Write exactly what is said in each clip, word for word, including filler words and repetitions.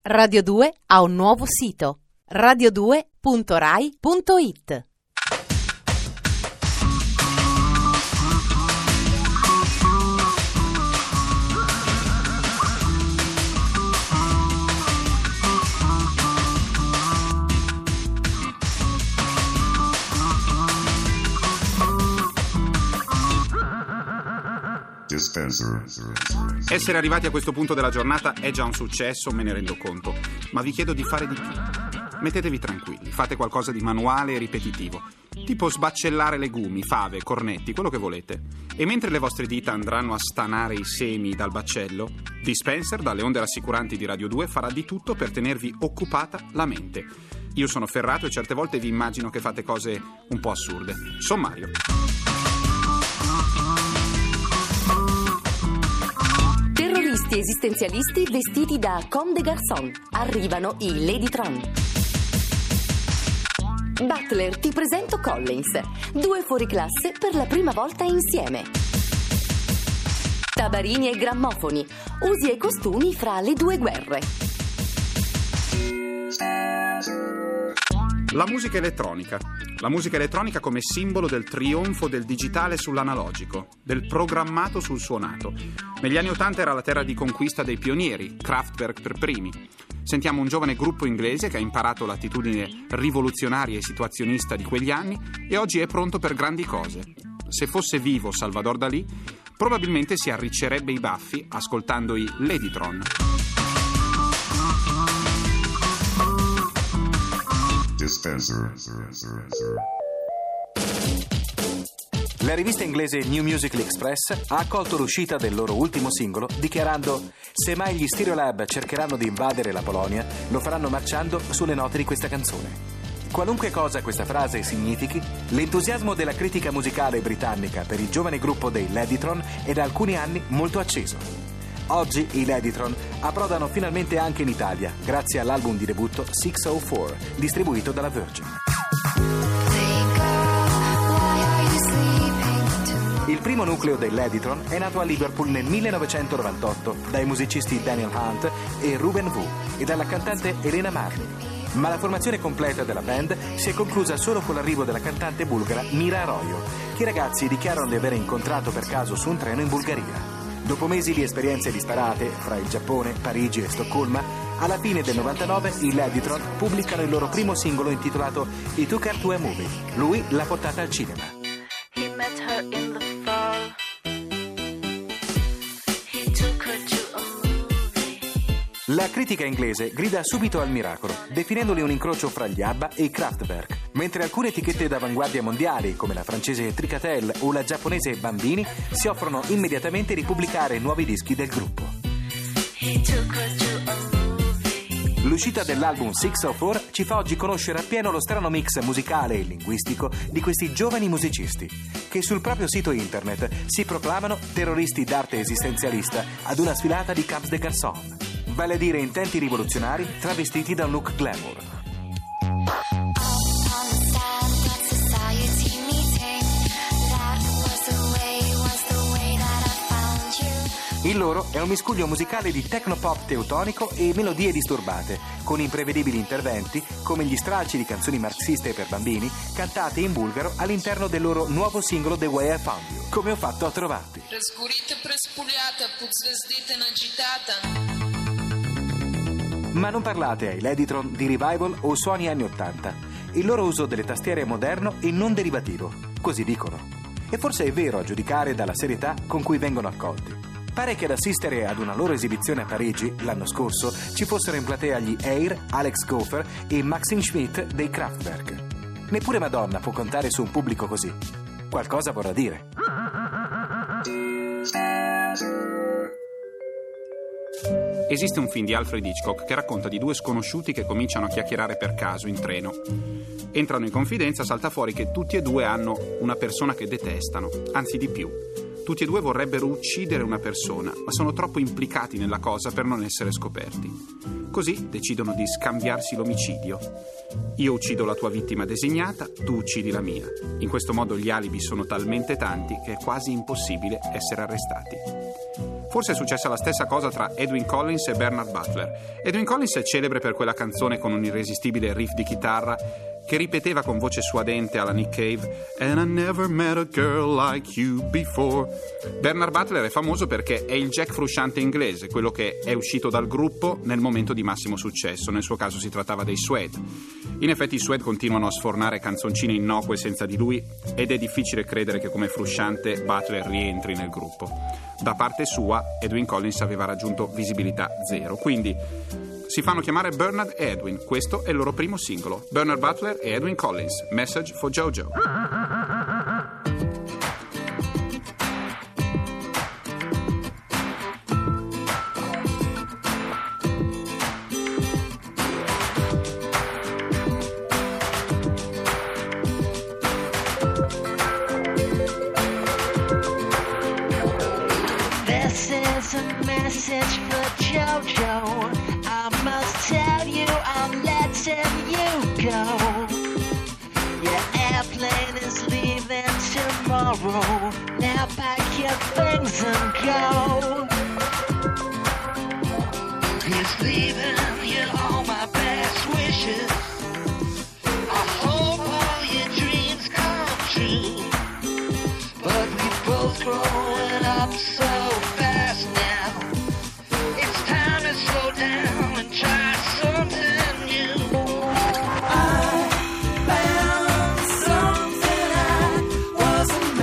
Radio due ha un nuovo sito: radio due punto rai punto it. Essere arrivati a questo punto della giornata è già un successo, me ne rendo conto, ma vi chiedo di fare di più. Mettetevi tranquilli, fate qualcosa di manuale e ripetitivo, tipo sbaccellare legumi, fave, cornetti, quello che volete. E mentre le vostre dita andranno a stanare i semi dal baccello, Dispenser, dalle onde rassicuranti di Radio due, farà di tutto per tenervi occupata la mente. Io sono ferrato e certe volte vi immagino che fate cose un po' assurde. Sommario. Terroristi esistenzialisti vestiti da Comme des Garçons. Arrivano i Ladytron. Butler, ti presento Collins. Due fuoriclasse per la prima volta insieme. Tabarini e grammofoni. Usi e costumi fra le due guerre. La musica elettronica. La musica elettronica come simbolo del trionfo del digitale sull'analogico, del programmato sul suonato. Negli anni Ottanta era la terra di conquista dei pionieri, Kraftwerk per primi. Sentiamo un giovane gruppo inglese che ha imparato l'attitudine rivoluzionaria e situazionista di quegli anni e oggi è pronto per grandi cose. Se fosse vivo Salvador Dalì, probabilmente si arriccerebbe i baffi ascoltando i Ladytron. Dispenser. La rivista inglese New Musical Express ha accolto l'uscita del loro ultimo singolo dichiarando: se mai gli Stereolab cercheranno di invadere la Polonia, lo faranno marciando sulle note di questa canzone. Qualunque cosa questa frase significhi, l'entusiasmo della critica musicale britannica per il giovane gruppo dei Ladytron è da alcuni anni molto acceso. Oggi i Ladytron approdano finalmente anche in Italia, grazie all'album di debutto sei oh quattro, distribuito dalla Virgin. Il primo nucleo dei Ladytron è nato a Liverpool nel millenovecentonovantotto dai musicisti Daniel Hunt e Ruben Wu e dalla cantante Elena Marley. Ma la formazione completa della band si è conclusa solo con l'arrivo della cantante bulgara Mira Arroyo, che i ragazzi dichiarano di aver incontrato per caso su un treno in Bulgaria. Dopo mesi di esperienze disparate fra il Giappone, Parigi e Stoccolma, alla fine del novantanove i Ladytron pubblicano il loro primo singolo intitolato He Took Her to a Movie. Lui l'ha portata al cinema. He met her in the fall. He took her to a movie. La critica inglese grida subito al miracolo, definendoli un incrocio fra gli ABBA e i Kraftwerk, mentre alcune etichette d'avanguardia mondiali, come la francese Tricatel o la giapponese Bambini, si offrono immediatamente di pubblicare nuovi dischi del gruppo. He took her to a movie. L'uscita dell'album sei oh quattro ci fa oggi conoscere appieno lo strano mix musicale e linguistico di questi giovani musicisti, che sul proprio sito internet si proclamano terroristi d'arte esistenzialista ad una sfilata di Comme des Garçons, vale a dire intenti rivoluzionari travestiti da un look glamour. Il loro è un miscuglio musicale di technopop teutonico e melodie disturbate, con imprevedibili interventi come gli stralci di canzoni marxiste per bambini cantate in bulgaro all'interno del loro nuovo singolo The Way I Found You, come ho fatto a trovarti. Ma non parlate ai Ladytron di revival o suoni anni ottanta. Il loro uso delle tastiere è moderno e non derivativo, così dicono. E forse è vero a giudicare dalla serietà con cui vengono accolti. Pare che ad assistere ad una loro esibizione a Parigi l'anno scorso ci fossero in platea gli Air, Alex Gopher e Maxim Schmidt dei Kraftwerk. Neppure Madonna può contare su un pubblico così. Qualcosa vorrà dire. Esiste un film di Alfred Hitchcock che racconta di due sconosciuti che cominciano a chiacchierare per caso in treno. Entrano in confidenza, salta fuori che tutti e due hanno una persona che detestano, anzi di più. Tutti e due vorrebbero uccidere una persona, ma sono troppo implicati nella cosa per non essere scoperti. Così decidono di scambiarsi l'omicidio. Io uccido la tua vittima designata, tu uccidi la mia. In questo modo gli alibi sono talmente tanti che è quasi impossibile essere arrestati. Forse è successa la stessa cosa tra Edwyn Collins e Bernard Butler. Edwyn Collins è celebre per quella canzone con un irresistibile riff di chitarra che ripeteva con voce suadente alla Nick Cave "And I never met a girl like you before". Bernard Butler è famoso perché è il Jack Frusciante inglese, quello che è uscito dal gruppo nel momento di massimo successo. Nel suo caso si trattava dei Suede. In effetti i Suede continuano a sfornare canzoncine innocue senza di lui ed è difficile credere che come Frusciante Butler rientri nel gruppo. Da parte sua Edwyn Collins aveva raggiunto visibilità zero, quindi si fanno chiamare Bernard e Edwyn. Questo è il loro primo singolo. Bernard Butler e Edwyn Collins, Message for Jojo. This is a message for Jojo. I must tell you I'm letting you go. Your airplane is leaving tomorrow. Now pack your things and go. He's leaving you all my best wishes. I hope all your dreams come true. But we both growing up so fast now. It's time to slow down and try something new. I found something I wasn't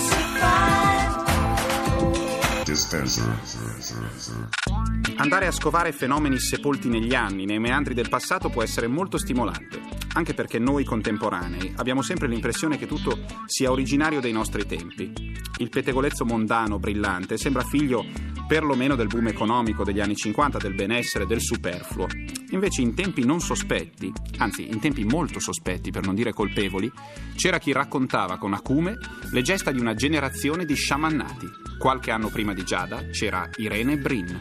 meant to find. Dispenser. Andare a scovare fenomeni sepolti negli anni, nei meandri del passato, può essere molto stimolante, anche perché noi contemporanei abbiamo sempre l'impressione che tutto sia originario dei nostri tempi. Il pettegolezzo mondano brillante sembra figlio perlomeno del boom economico degli anni cinquanta, del benessere, del superfluo. Invece in tempi non sospetti, anzi in tempi molto sospetti per non dire colpevoli, c'era chi raccontava con acume le gesta di una generazione di sciamannati. Qualche anno prima di Giada c'era Irene Brin.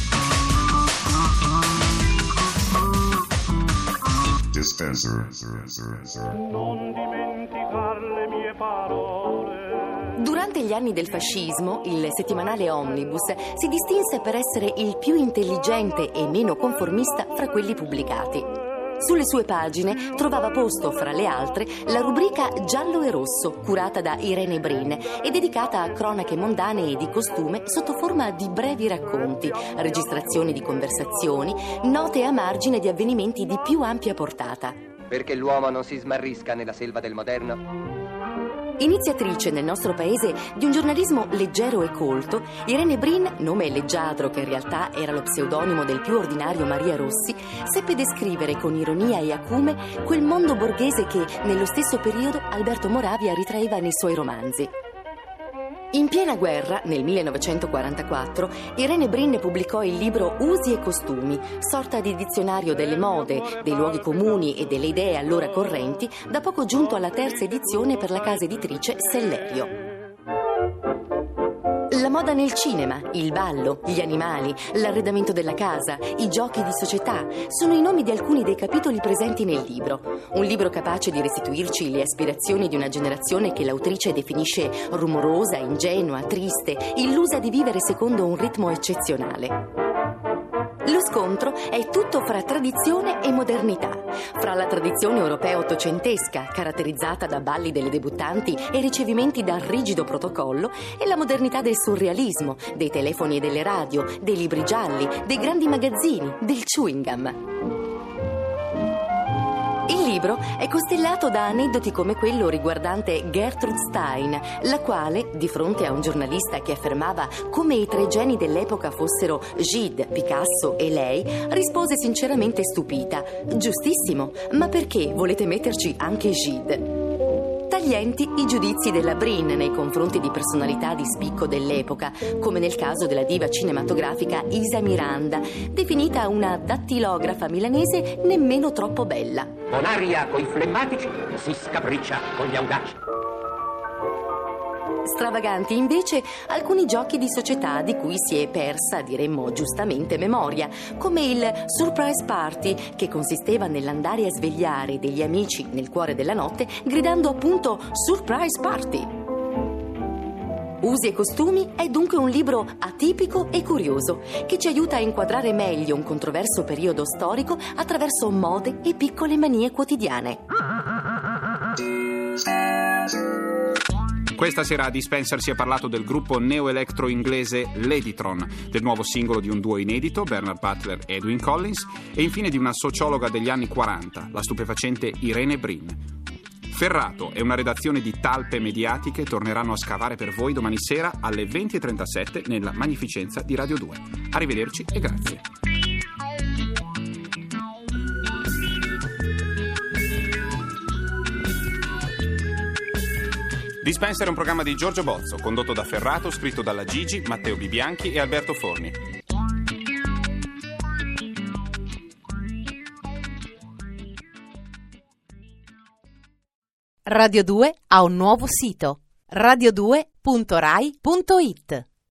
Dispenser. Non dimenticar le mie parole. Durante gli anni del fascismo, il settimanale Omnibus si distinse per essere il più intelligente e meno conformista fra quelli pubblicati. Sulle sue pagine trovava posto, fra le altre, la rubrica Giallo e Rosso, curata da Irene Brin e dedicata a cronache mondane e di costume sotto forma di brevi racconti, registrazioni di conversazioni, note a margine di avvenimenti di più ampia portata. Perché l'uomo non si smarrisca nella selva del moderno. Iniziatrice nel nostro paese di un giornalismo leggero e colto, Irene Brin, nome leggiadro che in realtà era lo pseudonimo del più ordinario Maria Rossi, seppe descrivere con ironia e acume quel mondo borghese che, nello stesso periodo, Alberto Moravia ritraeva nei suoi romanzi. In piena guerra, nel millenovecentoquarantaquattro, Irene Brin pubblicò il libro Usi e costumi, sorta di dizionario delle mode, dei luoghi comuni e delle idee allora correnti, da poco giunto alla terza edizione per la casa editrice Sellerio. La moda nel cinema, il ballo, gli animali, l'arredamento della casa, i giochi di società sono i nomi di alcuni dei capitoli presenti nel libro. Un libro capace di restituirci le aspirazioni di una generazione che l'autrice definisce rumorosa, ingenua, triste, illusa di vivere secondo un ritmo eccezionale. Lo scontro è tutto fra tradizione e modernità, fra la tradizione europea ottocentesca, caratterizzata da balli delle debuttanti e ricevimenti da rigido protocollo, e la modernità del surrealismo, dei telefoni e delle radio, dei libri gialli, dei grandi magazzini, del chewing gum. Il libro è costellato da aneddoti come quello riguardante Gertrude Stein, la quale, di fronte a un giornalista che affermava come i tre geni dell'epoca fossero Gide, Picasso e lei, rispose sinceramente stupita: giustissimo, ma perché volete metterci anche Gide? Taglienti i giudizi della Brin nei confronti di personalità di spicco dell'epoca, come nel caso della diva cinematografica Isa Miranda, definita una dattilografa milanese nemmeno troppo bella. Bonaria coi flemmatici, si scapriccia con gli audaci. Stravaganti invece alcuni giochi di società di cui si è persa, diremmo giustamente, memoria, come il surprise party, che consisteva nell'andare a svegliare degli amici nel cuore della notte gridando appunto surprise party. Usi e costumi è dunque un libro atipico e curioso che ci aiuta a inquadrare meglio un controverso periodo storico attraverso mode e piccole manie quotidiane. Questa sera a Dispenser si è parlato del gruppo neo-electro inglese Ladytron, del nuovo singolo di un duo inedito, Bernard Butler e Edwyn Collins, e infine di una sociologa degli anni quaranta, la stupefacente Irene Brin. Ferrato e una redazione di talpe mediatiche torneranno a scavare per voi domani sera alle venti e trentasette nella magnificenza di Radio due. Arrivederci e grazie. Dispenser è un programma di Giorgio Bozzo, condotto da Ferrato, scritto dalla Gigi, Matteo Bibianchi e Alberto Forni. Radio due ha un nuovo sito: radio due punto rai punto it.